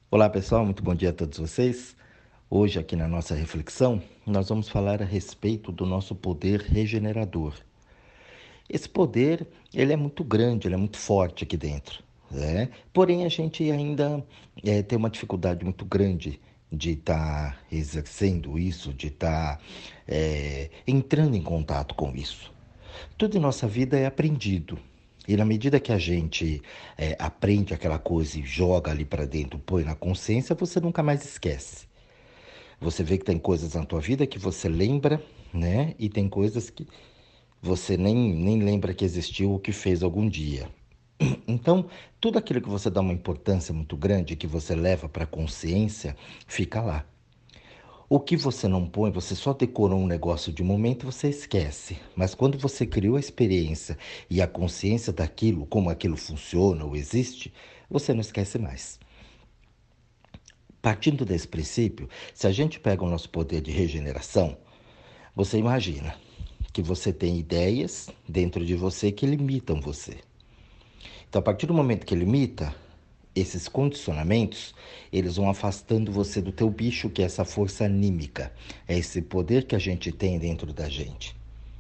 Olá pessoal, muito bom dia a todos vocês. Hoje aqui na nossa reflexão, nós vamos falar a respeito do nosso poder regenerador. Esse poder, ele é muito grande, ele é muito forte aqui dentro, né? Porém, a gente ainda tem uma dificuldade muito grande de estar exercendo isso, de estar entrando em contato com isso. Tudo em nossa vida é aprendido. E na medida que a gente aprende aquela coisa e joga ali para dentro, põe na consciência, você nunca mais esquece. Você vê que tem coisas na tua vida que você lembra, né? E tem coisas que você nem lembra que existiu ou que fez algum dia. Então, tudo aquilo que você dá uma importância muito grande, que você leva para a consciência, fica lá. O que você não põe, você só decorou um negócio de momento, você esquece. Mas quando você criou a experiência e a consciência daquilo, como aquilo funciona ou existe, você não esquece mais. Partindo desse princípio, se a gente pega o nosso poder de regeneração, você imagina que você tem ideias dentro de você que limitam você. Então, a partir do momento que limita, esses condicionamentos, eles vão afastando você do teu bicho, que é essa força anímica, é esse poder que a gente tem dentro da gente.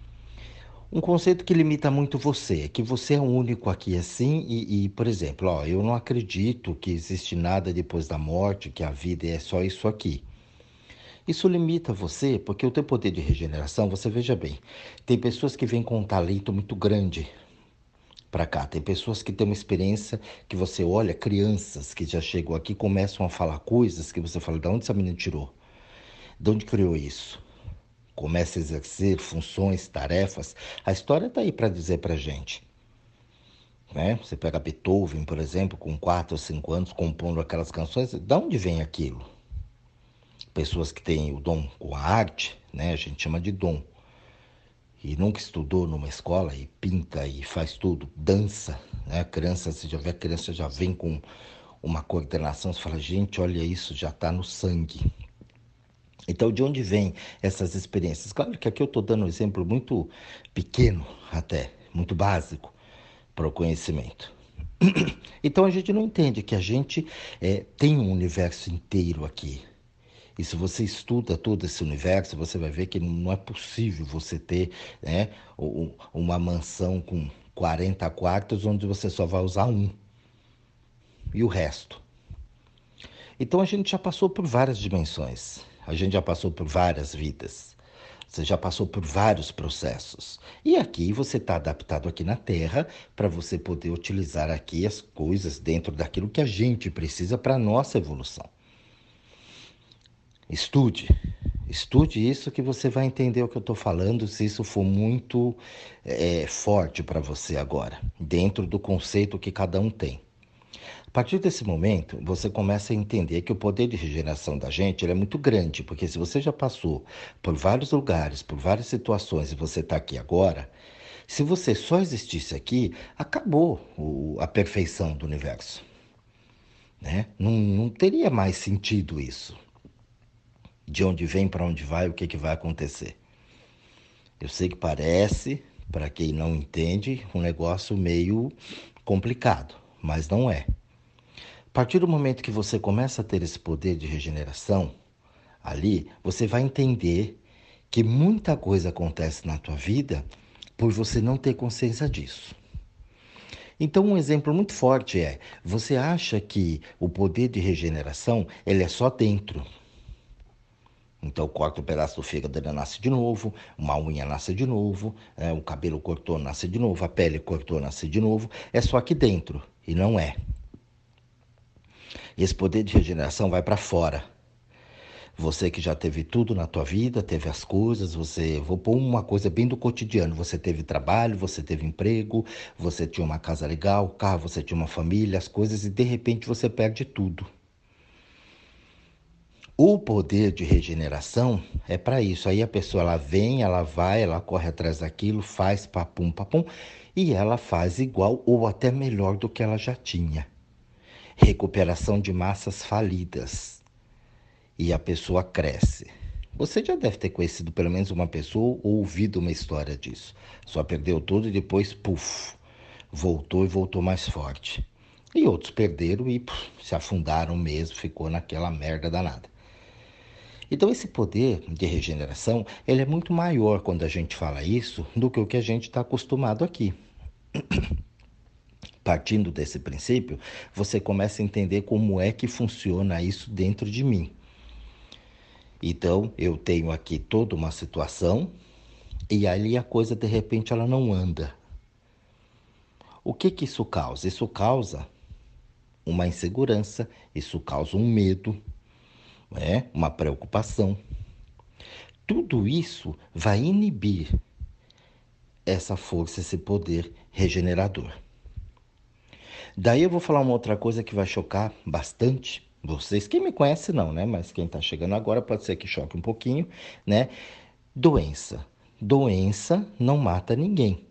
Um conceito que limita muito você, é que você é o único aqui assim por exemplo, eu não acredito que existe nada depois da morte, que a vida é só isso aqui. Isso limita você, porque o teu poder de regeneração, você veja bem, tem pessoas que vêm com um talento muito grande para cá, tem pessoas que têm uma experiência que você olha, crianças que já chegam aqui começam a falar coisas que você fala, de onde essa menina tirou? De onde criou isso? Começa a exercer funções, tarefas. A história está aí para dizer para gente. Né? Você pega Beethoven, por exemplo, com 4 ou 5 anos, compondo aquelas canções. De onde vem aquilo? Pessoas que têm o dom com a arte, né? A gente chama de dom. E nunca estudou numa escola e pinta e faz tudo, dança. Né? A criança, se já vê a criança já vem com uma coordenação, você fala, gente, olha isso, já está no sangue. Então, de onde vêm essas experiências? Claro que aqui eu estou dando um exemplo muito pequeno, até, muito básico para o conhecimento. Então, a gente não entende que a gente tem um universo inteiro aqui. E se você estuda todo esse universo, você vai ver que não é possível você ter, né, uma mansão com 40 quartos onde você só vai usar um e o resto. Então a gente já passou por várias dimensões, a gente já passou por várias vidas, você já passou por vários processos. E aqui você está adaptado aqui na Terra para você poder utilizar aqui as coisas dentro daquilo que a gente precisa para a nossa evolução. Estude, estude isso que você vai entender o que eu estou falando, se isso for muito forte para você agora, dentro do conceito que cada um tem. A partir desse momento, você começa a entender que o poder de regeneração da gente ele é muito grande, porque se você já passou por vários lugares, por várias situações e você está aqui agora, se você só existisse aqui, acabou a perfeição do universo. Né? Não teria mais sentido isso. De onde vem, para onde vai, o que vai acontecer. Eu sei que parece, para quem não entende, um negócio meio complicado, mas não é. A partir do momento que você começa a ter esse poder de regeneração, ali você vai entender que muita coisa acontece na tua vida por você não ter consciência disso. Então um exemplo muito forte é, você acha que o poder de regeneração ele é só dentro. Então corta um pedaço do fígado, ele nasce de novo, uma unha nasce de novo, o cabelo cortou, nasce de novo, a pele cortou, nasce de novo. É só aqui dentro, e não é. E esse poder de regeneração vai para fora. Você que já teve tudo na tua vida, teve as coisas, vou pôr uma coisa bem do cotidiano, você teve trabalho, você teve emprego, você tinha uma casa legal, carro, você tinha uma família, as coisas, e de repente você perde tudo. O poder de regeneração é para isso. Aí a pessoa ela vem, ela vai, ela corre atrás daquilo, faz papum, papum, e ela faz igual ou até melhor do que ela já tinha. Recuperação de massas falidas. E a pessoa cresce. Você já deve ter conhecido pelo menos uma pessoa ou ouvido uma história disso. Só perdeu tudo e depois, puf, voltou e voltou mais forte. E outros perderam e se afundaram mesmo, ficou naquela merda danada. Então esse poder de regeneração, ele é muito maior quando a gente fala isso do que o que a gente está acostumado aqui. Partindo desse princípio, você começa a entender como é que funciona isso dentro de mim. Então, eu tenho aqui toda uma situação e ali a coisa de repente ela não anda. O que que isso causa? Isso causa uma insegurança, isso causa um medo, né? Uma preocupação. Tudo isso vai inibir essa força, esse poder regenerador. Daí eu vou falar uma outra coisa que vai chocar bastante vocês. Quem me conhece não, né? Mas quem está chegando agora pode ser que choque um pouquinho, né? Doença. Doença não mata ninguém.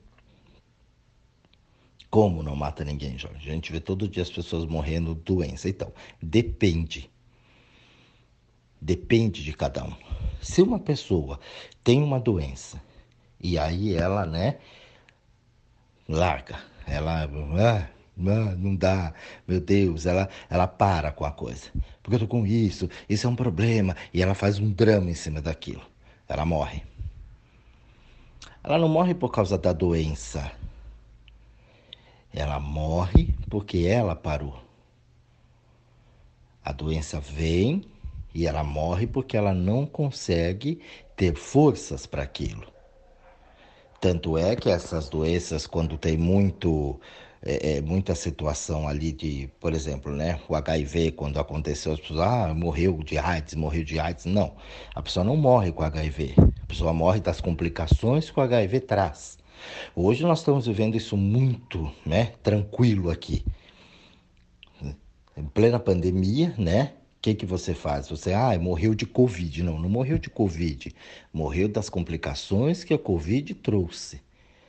Como não mata ninguém, Jorge? A gente vê todo dia as pessoas morrendo de doença. Então, depende. Depende de cada um. Se uma pessoa tem uma doença e aí ela, né, larga, ela não dá, meu Deus, ela para com a coisa. Porque eu tô com isso é um problema, e ela faz um drama em cima daquilo. Ela morre. Ela não morre por causa da doença. Ela morre porque ela parou. A doença vem e ela morre porque ela não consegue ter forças para aquilo. Tanto é que essas doenças, quando tem muita situação ali de, por exemplo, né, o HIV, quando aconteceu, as pessoas, morreu de AIDS. Não, a pessoa não morre com HIV, a pessoa morre das complicações que o HIV traz. Hoje nós estamos vivendo isso muito, né, tranquilo aqui. Em plena pandemia, né? O que você faz? Você, morreu de Covid. Não, não morreu de Covid. Morreu das complicações que a Covid trouxe.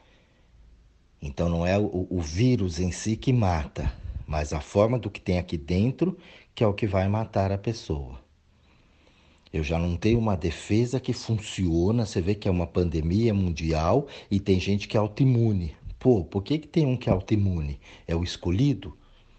Então não é o vírus em si que mata, mas a forma do que tem aqui dentro que é o que vai matar a pessoa. Eu já não tenho uma defesa que funciona. Você vê que é uma pandemia mundial e tem gente que é autoimune. Pô, por que tem um que é autoimune? É o escolhido?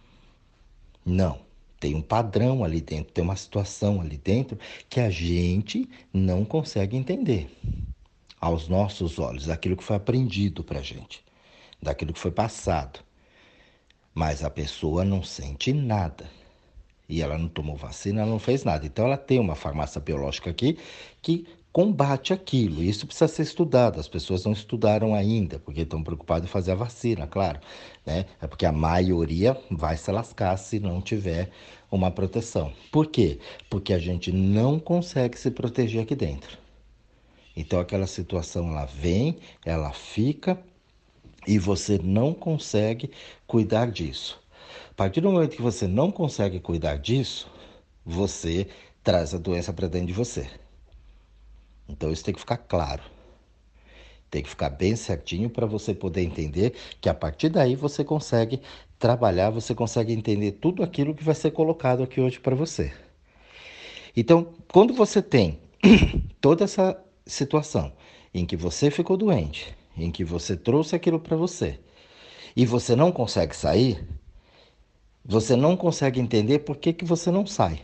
Não. Tem um padrão ali dentro, tem uma situação ali dentro que a gente não consegue entender aos nossos olhos, daquilo que foi aprendido pra gente, daquilo que foi passado. Mas a pessoa não sente nada. E ela não tomou vacina, ela não fez nada. Então ela tem uma farmácia biológica aqui que combate aquilo. Isso precisa ser estudado. As pessoas não estudaram ainda, porque estão preocupadas em fazer a vacina, claro. Né? É porque a maioria vai se lascar se não tiver uma proteção. Por quê? Porque a gente não consegue se proteger aqui dentro. Então aquela situação ela vem, ela fica e você não consegue cuidar disso. A partir do momento que você não consegue cuidar disso, você traz a doença para dentro de você. Então isso tem que ficar claro. Tem que ficar bem certinho para você poder entender que a partir daí você consegue trabalhar, você consegue entender tudo aquilo que vai ser colocado aqui hoje para você. Então, quando você tem toda essa situação em que você ficou doente, em que você trouxe aquilo para você e você não consegue sair, você não consegue entender por que você não sai.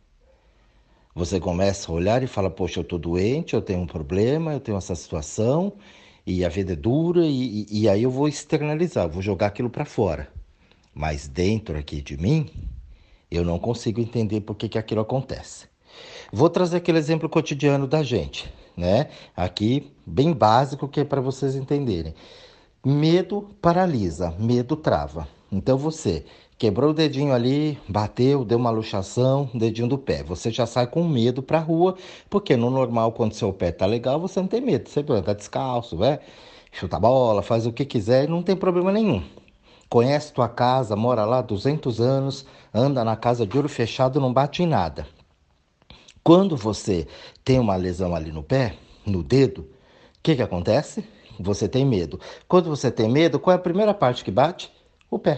Você começa a olhar e fala, poxa, eu estou doente, eu tenho um problema, eu tenho essa situação e a vida é dura e aí eu vou externalizar, vou jogar aquilo para fora. Mas dentro aqui de mim, eu não consigo entender por que aquilo acontece. Vou trazer aquele exemplo cotidiano da gente, né? Aqui, bem básico, que é para vocês entenderem. Medo paralisa, medo trava. Então você quebrou o dedinho ali, bateu, deu uma luxação, dedinho do pé. Você já sai com medo pra rua, porque no normal, quando seu pé tá legal, você não tem medo. Você anda descalço, né? Chuta a bola, faz o que quiser e não tem problema nenhum. Conhece tua casa, mora lá 200 anos, anda na casa de olho fechado, não bate em nada. Quando você tem uma lesão ali no pé, no dedo, o que acontece? Você tem medo. Quando você tem medo, qual é a primeira parte que bate? O pé.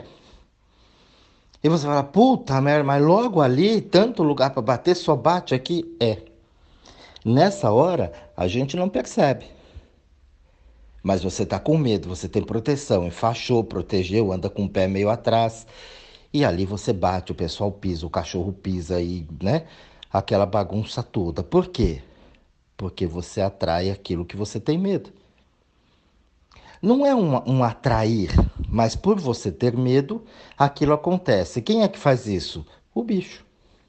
E você fala, puta merda, mas logo ali, tanto lugar para bater, só bate aqui? É. Nessa hora, a gente não percebe. Mas você tá com medo, você tem proteção, enfaixou, protegeu, anda com o pé meio atrás. E ali você bate, o pessoal pisa, o cachorro pisa e, né? Aquela bagunça toda. Por quê? Porque você atrai aquilo que você tem medo. Não é um atrair, mas por você ter medo, aquilo acontece. Quem é que faz isso? O bicho.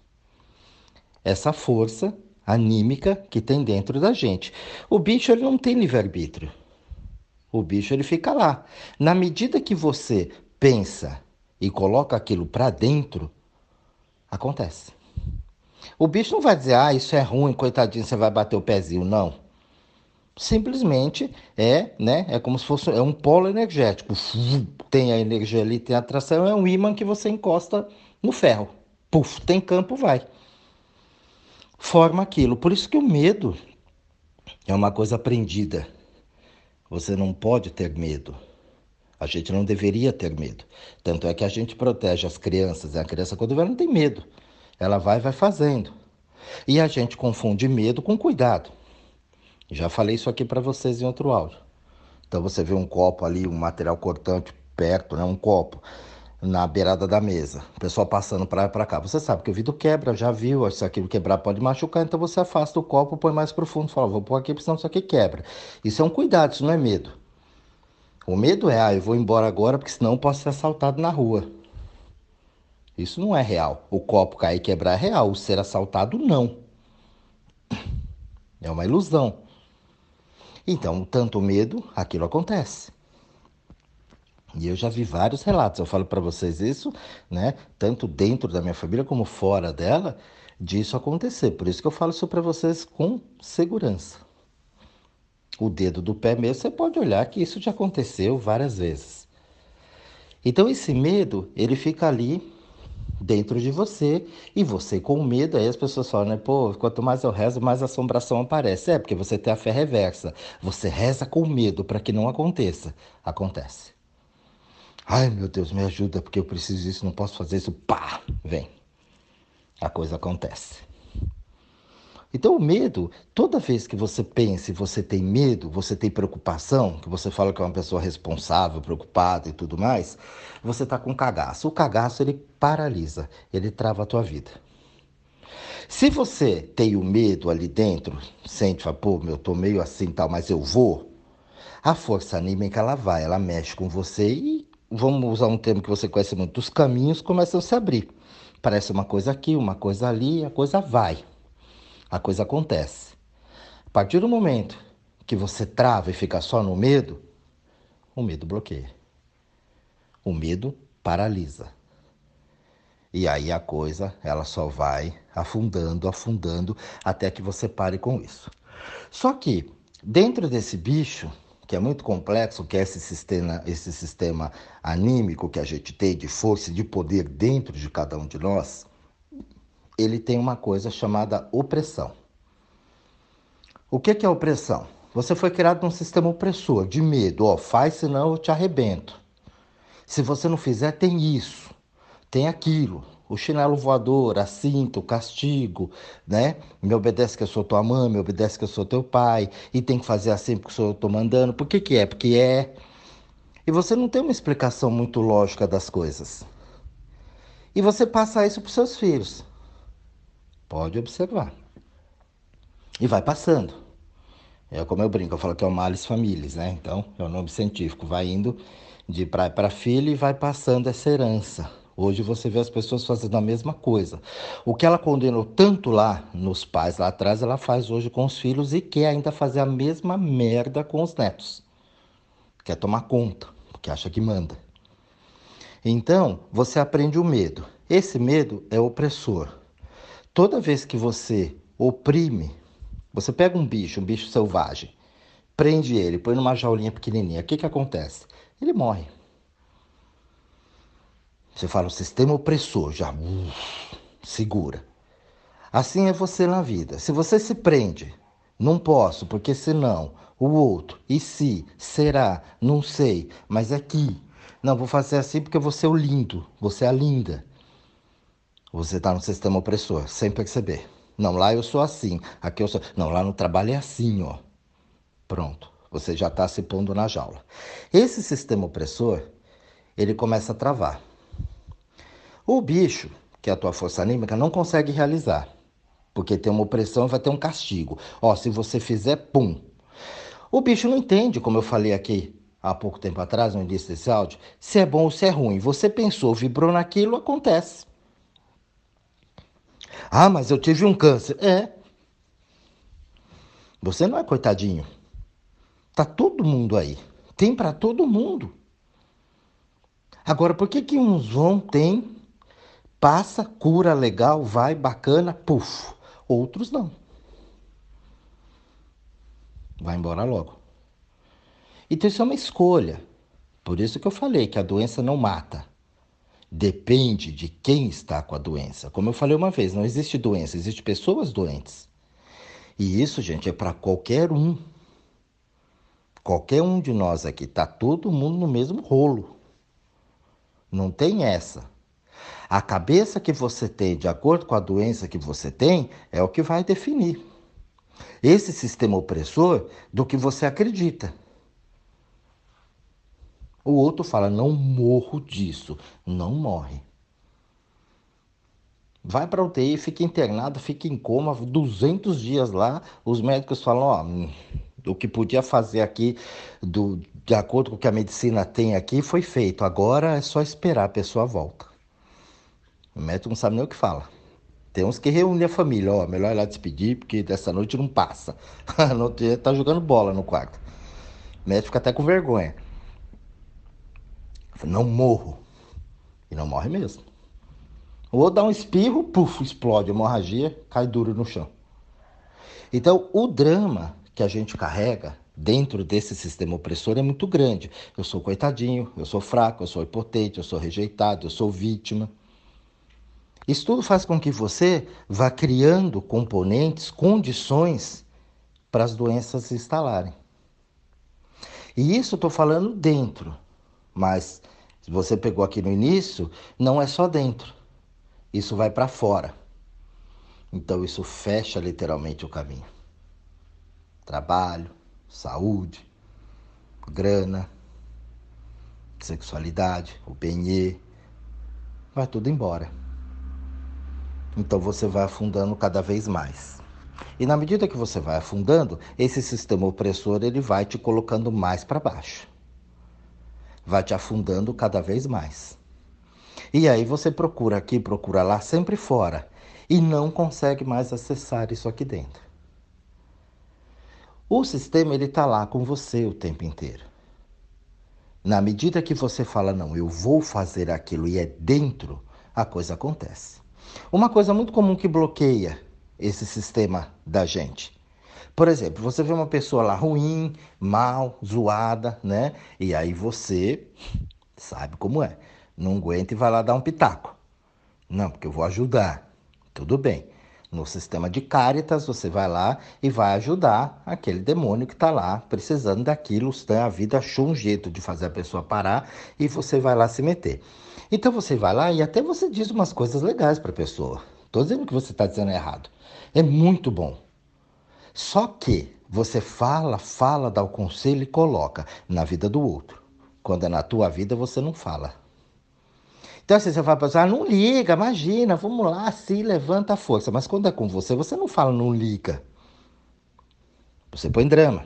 Essa força anímica que tem dentro da gente. O bicho ele não tem livre-arbítrio. O bicho ele fica lá. Na medida que você pensa e coloca aquilo para dentro, acontece. O bicho não vai dizer, ah, isso é ruim, coitadinho, você vai bater o pezinho. Não. Simplesmente é, né? É como se fosse um polo energético. Tem a energia ali, tem a atração, é um ímã que você encosta no ferro. Puf, tem campo, vai. Forma aquilo. Por isso que o medo é uma coisa aprendida. Você não pode ter medo. A gente não deveria ter medo. Tanto é que a gente protege as crianças. E a criança, quando vê, não tem medo. Ela vai fazendo. E a gente confunde medo com cuidado. Já falei isso aqui para vocês em outro áudio. Então você vê um copo ali, um material cortante perto, né? Um copo na beirada da mesa. O pessoal passando para lá e para cá. Você sabe que o vidro quebra, já viu, se aquilo quebrar pode machucar, então você afasta o copo, põe mais profundo, fala, vou pôr aqui, porque senão isso aqui quebra. Isso é um cuidado, isso não é medo. O medo é, eu vou embora agora, porque senão eu posso ser assaltado na rua. Isso não é real. O copo cair e quebrar é real, o ser assaltado não. É uma ilusão. Então, tanto medo, aquilo acontece. E eu já vi vários relatos, eu falo para vocês isso, né? Tanto dentro da minha família como fora dela, disso acontecer. Por isso que eu falo isso para vocês com segurança. O dedo do pé mesmo, você pode olhar que isso já aconteceu várias vezes. Então esse medo, ele fica ali dentro de você e você com medo, aí as pessoas falam, né? Pô, quanto mais eu rezo, mais assombração aparece. É, porque você tem a fé reversa. Você reza com medo para que não aconteça. Acontece. Ai, meu Deus, me ajuda, porque eu preciso disso, não posso fazer isso. Pá, vem. A coisa acontece. Então, o medo, toda vez que você pensa e você tem medo, você tem preocupação, que você fala que é uma pessoa responsável, preocupada e tudo mais, você está com cagaço. O cagaço, ele paralisa, ele trava a tua vida. Se você tem o medo ali dentro, sente, fala, pô, eu tô meio assim tal, mas eu vou, a força anímica, ela vai, ela mexe com você e, vamos usar um termo que você conhece muito, os caminhos começam a se abrir. Parece uma coisa aqui, uma coisa ali, a coisa vai, a coisa acontece. A partir do momento que você trava e fica só no medo, o medo bloqueia. O medo paralisa. E aí a coisa, ela só vai afundando, afundando, até que você pare com isso. Só que, dentro desse bicho, que é muito complexo, que é esse sistema anímico que a gente tem de força e de poder dentro de cada um de nós, ele tem uma coisa chamada opressão. O que é opressão? Você foi criado num sistema opressor, de medo. Ó, faz, senão eu te arrebento. Se você não fizer, tem isso, tem aquilo. O chinelo voador, a cinta, o castigo, né? Me obedece que eu sou tua mãe, me obedece que eu sou teu pai. E tem que fazer assim porque eu estou mandando. Por que é? Porque é. E você não tem uma explicação muito lógica das coisas. E você passa isso para os seus filhos. Pode observar. E vai passando. É como eu brinco, eu falo que é o Males Families, né? Então, é o nome científico. Vai indo de pai para filho e vai passando essa herança. Hoje você vê as pessoas fazendo a mesma coisa. O que ela condenou tanto lá nos pais lá atrás, ela faz hoje com os filhos e quer ainda fazer a mesma merda com os netos. Quer tomar conta, porque acha que manda. Então, você aprende o medo. Esse medo é opressor. Toda vez que você oprime, você pega um bicho selvagem, prende ele, põe numa jaulinha pequenininha, o que acontece? Ele morre. Você fala, o sistema opressor já segura. Assim é você na vida. Se você se prende, não posso, porque senão, o outro, e se, será, não sei, mas aqui. Não, vou fazer assim porque você é o lindo, você é a linda. Você está no sistema opressor, sem perceber. Não, lá eu sou assim, aqui eu sou... Não, lá no trabalho é assim, ó. Pronto, você já está se pondo na jaula. Esse sistema opressor, ele começa a travar. O bicho, que é a tua força anímica, não consegue realizar. Porque tem uma opressão e vai ter um castigo. Ó, se você fizer, pum. O bicho não entende, como eu falei aqui há pouco tempo atrás, no início desse áudio, se é bom ou se é ruim. Você pensou, vibrou naquilo, acontece. Ah, mas eu tive um câncer. É, você não é coitadinho. Tá todo mundo aí. Tem para todo mundo. Agora, por que que uns vão, tem, passa, cura legal, vai, bacana, puf. Outros não. Vai embora logo. Então isso é uma escolha. Por isso que eu falei que a doença não mata. Depende de quem está com a doença. Como eu falei uma vez, não existe doença, existe pessoas doentes. E isso, gente, é para qualquer um. Qualquer um de nós aqui, tá todo mundo no mesmo rolo. Não tem essa. A cabeça que você tem, de acordo com a doença que você tem, é o que vai definir esse sistema opressor do que você acredita. O outro fala, não morro disso. Não morre. Vai para a UTI, fica internado, fica em coma 200 dias lá. Os médicos falam, ó, o que podia fazer aqui, de acordo com o que a medicina tem aqui, foi feito. Agora é só esperar, a pessoa volta. O médico não sabe nem o que fala. Tem uns que reúnem a família, ó, melhor ir lá despedir, porque dessa noite não passa. No outro dia tá jogando bola no quarto. O médico fica até com vergonha. Não morro. E não morre mesmo. Ou dá um espirro, puf, explode, hemorragia, cai duro no chão. Então, o drama que a gente carrega dentro desse sistema opressor é muito grande. Eu sou coitadinho, eu sou fraco, eu sou impotente, eu sou rejeitado, eu sou vítima. Isso tudo faz com que você vá criando componentes, condições para as doenças se instalarem. E isso eu estou falando dentro, mas se você pegou aqui no início, não é só dentro, isso vai para fora. Então isso fecha literalmente o caminho. Trabalho, saúde, grana, sexualidade, o penhê, vai tudo embora. Então você vai afundando cada vez mais. E na medida que você vai afundando, esse sistema opressor ele vai te colocando mais para baixo. Vai te afundando cada vez mais. E aí você procura aqui, procura lá, sempre fora. E não consegue mais acessar isso aqui dentro. O sistema ele está lá com você o tempo inteiro. Na medida que você fala, não, eu vou fazer aquilo e é dentro, a coisa acontece. Uma coisa muito comum que bloqueia esse sistema da gente. Por exemplo, você vê uma pessoa lá ruim, mal, zoada, né? E aí você sabe como é. Não aguenta e vai lá dar um pitaco. Não, porque eu vou ajudar. Tudo bem. No sistema de Cáritas, você vai lá e vai ajudar aquele demônio que está lá precisando daquilo. A vida achou um jeito de fazer a pessoa parar e você vai lá se meter. Então você vai lá e até você diz umas coisas legais para a pessoa. Estou dizendo que você está dizendo errado. É muito bom. Só que você fala, dá o conselho e coloca na vida do outro. Quando é na tua vida, você não fala. Então, assim, você fala para não liga, imagina, vamos lá, se levanta a força. Mas quando é com você, você não fala, não liga. Você põe drama.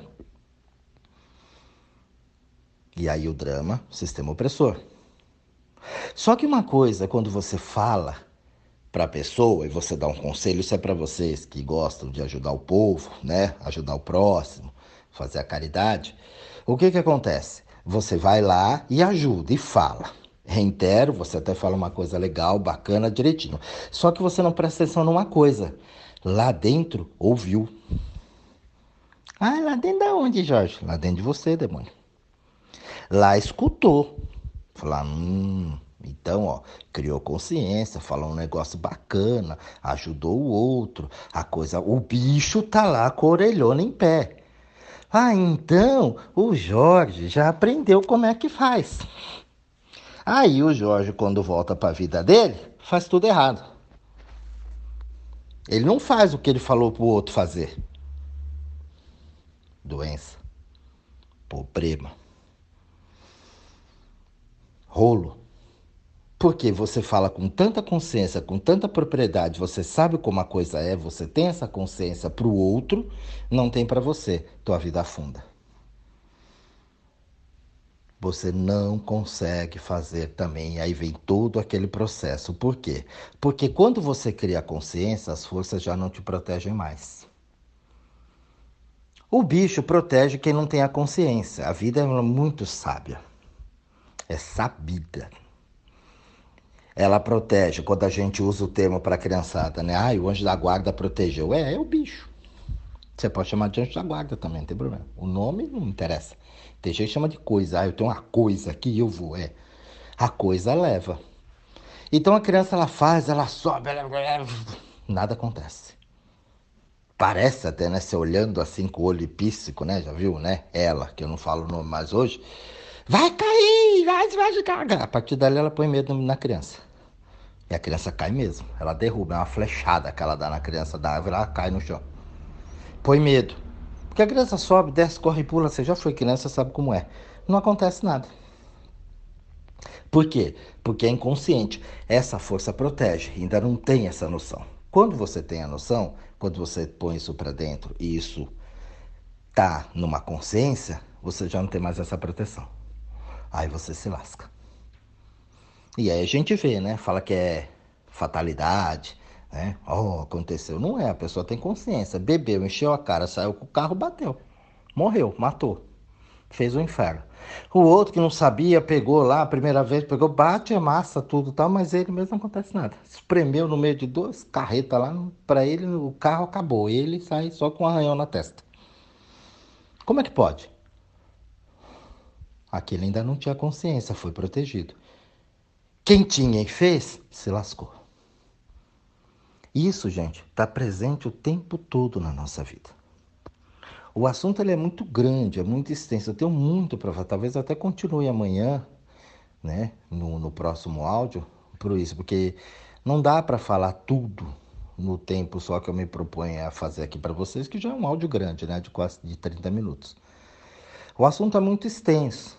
E aí o drama, sistema opressor. Só que uma coisa, quando você fala para a pessoa e você dá um conselho, isso é para vocês que gostam de ajudar o povo, né? Ajudar o próximo, fazer a caridade. O que que acontece? Você vai lá e ajuda e fala. Reitero, você até fala uma coisa legal, bacana, direitinho. Só que você não presta atenção numa coisa. Lá dentro, ouviu. Ah, lá dentro da onde, Jorge? Lá dentro de você, demônio. Lá escutou. Falar, então, ó, criou consciência, falou um negócio bacana, ajudou o outro, a coisa, o bicho tá lá com a orelhona em pé. Ah, então o Jorge já aprendeu como é que faz. Aí o Jorge, quando volta para a vida dele, faz tudo errado. Ele não faz o que ele falou pro outro fazer. Doença, problema, rolo. Porque você fala com tanta consciência, com tanta propriedade, você sabe como a coisa é, você tem essa consciência para o outro, não tem para você, tua vida afunda. Você não consegue fazer também, aí vem todo aquele processo. Por quê? Porque quando você cria consciência, as forças já não te protegem mais. O bicho protege quem não tem a consciência. A vida é muito sábia. É sabida. Ela protege, quando a gente usa o termo para a criançada, né? Ah, o anjo da guarda protegeu. É o bicho. Você pode chamar de anjo da guarda também, não tem problema. O nome não interessa. Tem gente que chama de coisa. Ah, eu tenho uma coisa aqui, eu vou. A coisa leva. Então a criança, ela faz, ela sobe, nada acontece. Parece até, né? Você olhando assim com o olho píssico, né? Já viu, né? Ela, que eu não falo o nome mais hoje. Vai cair, vai cagar. A partir dali ela põe medo na criança. E a criança cai mesmo. Ela derruba, é uma flechada que ela dá na criança da árvore, ela cai no chão. Põe medo. Porque a criança sobe, desce, corre e pula. Você já foi criança, sabe como é. Não acontece nada. Por quê? Porque é inconsciente. Essa força protege, ainda não tem essa noção. Quando você tem a noção, quando você põe isso para dentro e isso tá numa consciência, você já não tem mais essa proteção. Aí você se lasca. E aí a gente vê, né? Fala que é fatalidade, né? Oh, aconteceu. Não é, a pessoa tem consciência. Bebeu, encheu a cara, saiu com o carro, bateu. Morreu, matou. Fez o inferno. O outro que não sabia, pegou lá a primeira vez, pegou, bate, amassa tudo e tal, mas ele mesmo não acontece nada. Espremeu no meio de duas carretas lá, pra ele o carro acabou. Ele sai só com um arranhão na testa. Como é que pode? Aquele ainda não tinha consciência, foi protegido. Quem tinha e fez, se lascou. Isso, gente, está presente o tempo todo na nossa vida. O assunto ele é muito grande, é muito extenso. Eu tenho muito para falar. Talvez eu até continue amanhã, né, no próximo áudio, por isso, porque não dá para falar tudo no tempo só que eu me proponho a fazer aqui para vocês, que já é um áudio grande, né, de quase de 30 minutos. O assunto é muito extenso.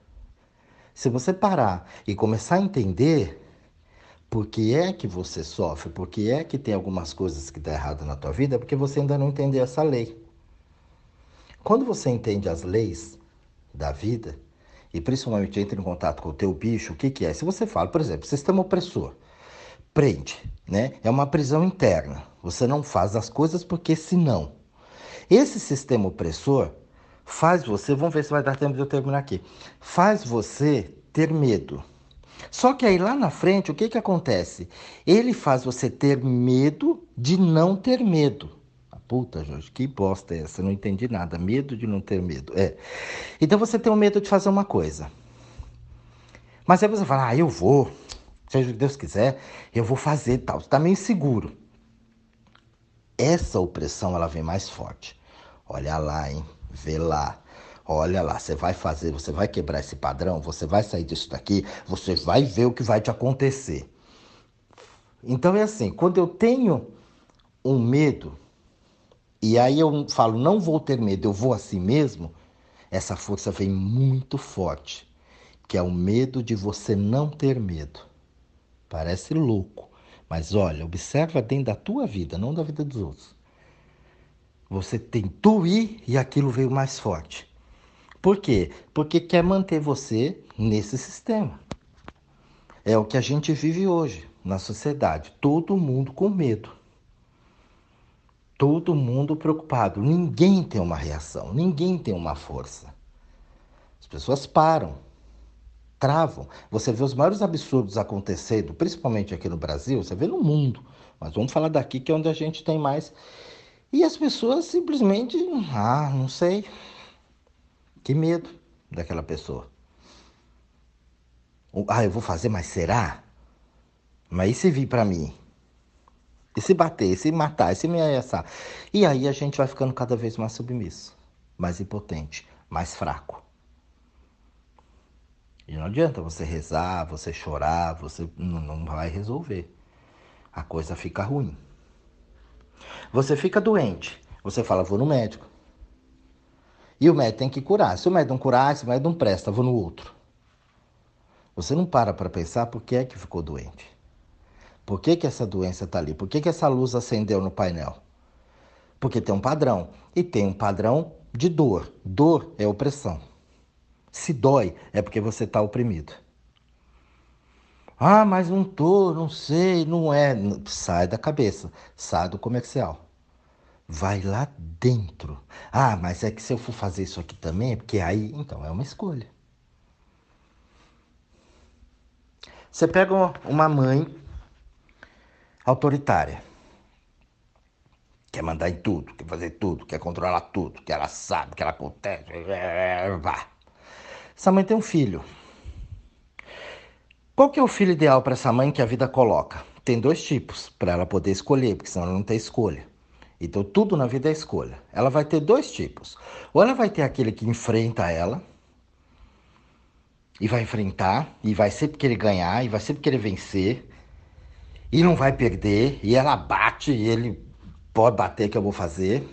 Se você parar e começar a entender por que é que você sofre, por que é que tem algumas coisas que estão erradas na tua vida, é porque você ainda não entendeu essa lei. Quando você entende as leis da vida, e principalmente entra em contato com o teu bicho, o que que é? Se você fala, por exemplo, sistema opressor, prende, né? É uma prisão interna. Você não faz as coisas porque senão. Esse sistema opressor faz você, vamos ver se vai dar tempo de eu terminar aqui, faz você ter medo. Só que aí lá na frente, o que que acontece? Ele faz você ter medo de não ter medo. Puta, Jorge, que bosta é essa? Eu não entendi nada. Medo de não ter medo. É. Então você tem o medo de fazer uma coisa. Mas aí você fala, eu vou, seja o que Deus quiser, eu vou fazer tal. Você está meio inseguro. Essa opressão, ela vem mais forte. Olha lá, hein? Vê lá. Olha lá, você vai fazer, você vai quebrar esse padrão, você vai sair disso daqui, você vai ver o que vai te acontecer. Então é assim, quando eu tenho um medo, e aí eu falo, não vou ter medo, eu vou assim mesmo, essa força vem muito forte, que é o medo de você não ter medo. Parece louco, mas olha, observa dentro da tua vida, não da vida dos outros. Você tentou ir e aquilo veio mais forte. Por quê? Porque quer manter você nesse sistema. É o que a gente vive hoje na sociedade. Todo mundo com medo. Todo mundo preocupado. Ninguém tem uma reação, ninguém tem uma força. As pessoas param, travam. Você vê os maiores absurdos acontecendo, principalmente aqui no Brasil, você vê no mundo. Mas vamos falar daqui que é onde a gente tem mais. E as pessoas simplesmente, não sei. Que medo daquela pessoa. Eu vou fazer, mas será? Mas e se vir pra mim? E se bater, e se matar, e se me ameaçar? E aí a gente vai ficando cada vez mais submisso, mais impotente, mais fraco. E não adianta você rezar, você chorar, você não vai resolver. A coisa fica ruim. Você fica doente, você fala, vou no médico. E o médico tem que curar. Se o médico não curar, se o médico não presta, vou no outro. Você não para pensar por que é que ficou doente. Por que que essa doença está ali? Por que que essa luz acendeu no painel? Porque tem um padrão. E tem um padrão de dor. Dor é opressão. Se dói, é porque você está oprimido. Ah, mas não tô, não sei, não é. Sai da cabeça, sai do comercial. Vai lá dentro. Ah, mas é que se eu for fazer isso aqui também, porque aí, então, é uma escolha. Você pega uma mãe autoritária, quer mandar em tudo, quer fazer tudo, quer controlar tudo, que ela sabe, que ela acontece. Vá. Essa mãe tem um filho. Qual que é o filho ideal para essa mãe que a vida coloca? Tem dois tipos para ela poder escolher, porque senão ela não tem escolha. Então tudo na vida é escolha. Ela vai ter dois tipos. Ou ela vai ter aquele que enfrenta ela e vai enfrentar e vai sempre querer ganhar e vai sempre querer vencer e não vai perder e ela bate e ele pode bater que eu vou fazer,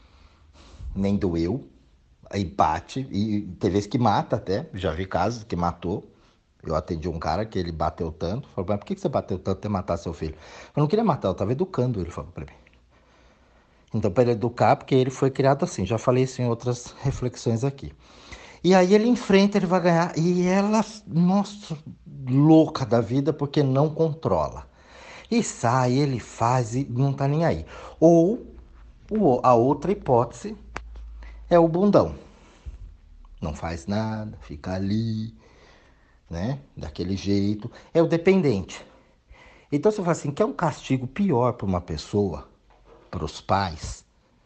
nem doeu. Aí bate e tem vezes que mata até, já vi casos que matou. Eu atendi um cara que ele bateu tanto. Falou, mas por que você bateu tanto até matar seu filho? Eu não queria matar, eu estava educando ele, falou pra mim. Então, para ele educar, porque ele foi criado assim. Já falei isso em outras reflexões aqui. E aí ele enfrenta, ele vai ganhar. E ela, nossa, louca da vida, porque não controla. E sai, ele faz e não tá nem aí. Ou a outra hipótese é o bundão. Não faz nada, fica ali, né? Daquele jeito. É o dependente. Então você fala assim, quer um castigo pior para uma pessoa, para os pais,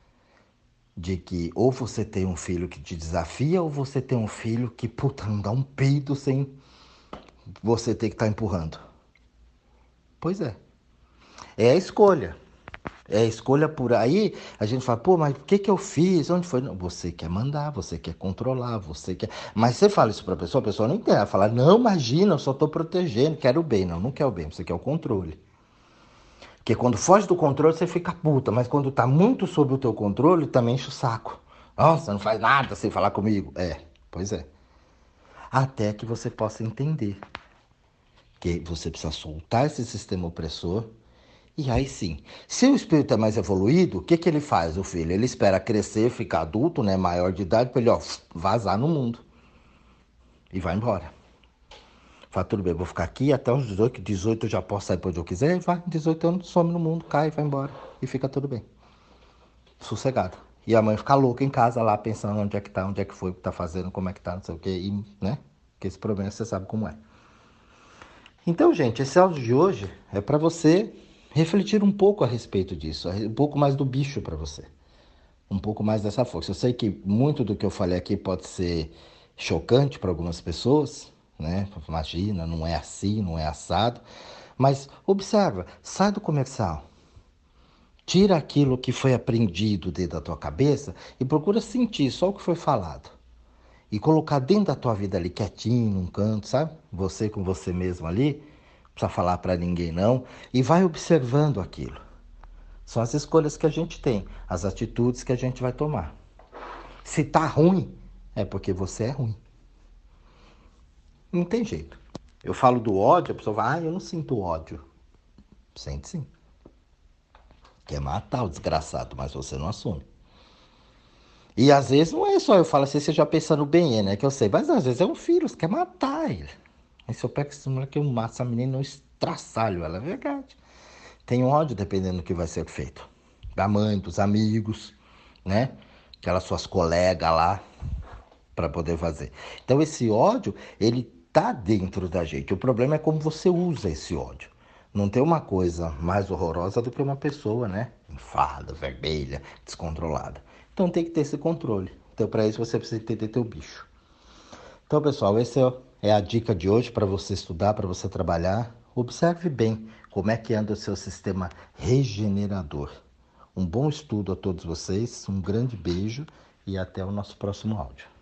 de que ou você tem um filho que te desafia ou você tem um filho que, puta, não dá um peito sem você ter que estar empurrando. Pois é. É a escolha. É a escolha por aí. A gente fala, pô, mas o que que eu fiz? Onde foi? Não, você quer mandar, você quer controlar, você quer. Mas você fala isso para a pessoa não entende. Ela fala, não, imagina, eu só estou protegendo, quero o bem. Não, não quer o bem, você quer o controle. Porque quando foge do controle, você fica puta. Mas quando tá muito sob o teu controle, também enche o saco. Nossa, não faz nada sem falar comigo. É, pois é. Até que você possa entender que você precisa soltar esse sistema opressor. E aí sim, se o espírito é mais evoluído, o que que ele faz, o filho? Ele espera crescer, ficar adulto, né, maior de idade, para ele, ó, vazar no mundo. E vai embora. Fala, tudo bem, vou ficar aqui até os 18 eu já posso sair para onde eu quiser. E vai, 18 anos, some no mundo, cai, vai embora. E fica tudo bem. Sossegado. E a mãe fica louca em casa lá, pensando onde é que tá, onde é que foi, o que tá fazendo, como é que tá, não sei o quê, e, né? Porque esse problema você sabe como é. Então, gente, esse áudio de hoje é para você refletir um pouco a respeito disso, um pouco mais do bicho para você, um pouco mais dessa força. Eu sei que muito do que eu falei aqui pode ser chocante para algumas pessoas, né? Imagina, não é assim, não é assado, mas observa, sai do comercial. Tira aquilo que foi aprendido dentro da tua cabeça e procura sentir só o que foi falado. E colocar dentro da tua vida ali quietinho, num canto, sabe? Você com você mesmo ali, não precisa falar para ninguém não, e vai observando aquilo. São as escolhas que a gente tem, as atitudes que a gente vai tomar. Se tá ruim, é porque você é ruim. Não tem jeito. Eu falo do ódio, a pessoa vai, eu não sinto ódio. Sente sim. Quer matar o desgraçado, mas você não assume. E às vezes não é só eu falo assim, você já pensando bem, né? Que eu sei, mas às vezes é um filho, você quer matar ele. Aí se eu pego esse moleque, eu mato essa menina, eu estraçalho ela, é verdade. Tem ódio dependendo do que vai ser feito. Da mãe, dos amigos, né? Aquelas suas colegas lá, para poder fazer. Então esse ódio, ele tá dentro da gente. O problema é como você usa esse ódio. Não tem uma coisa mais horrorosa do que uma pessoa, né? Enfada, vermelha, descontrolada. Então tem que ter esse controle. Então para isso você precisa entender teu bicho. Então pessoal, essa é a dica de hoje para você estudar, para você trabalhar. Observe bem como é que anda o seu sistema regenerador. Um bom estudo a todos vocês, um grande beijo e até o nosso próximo áudio.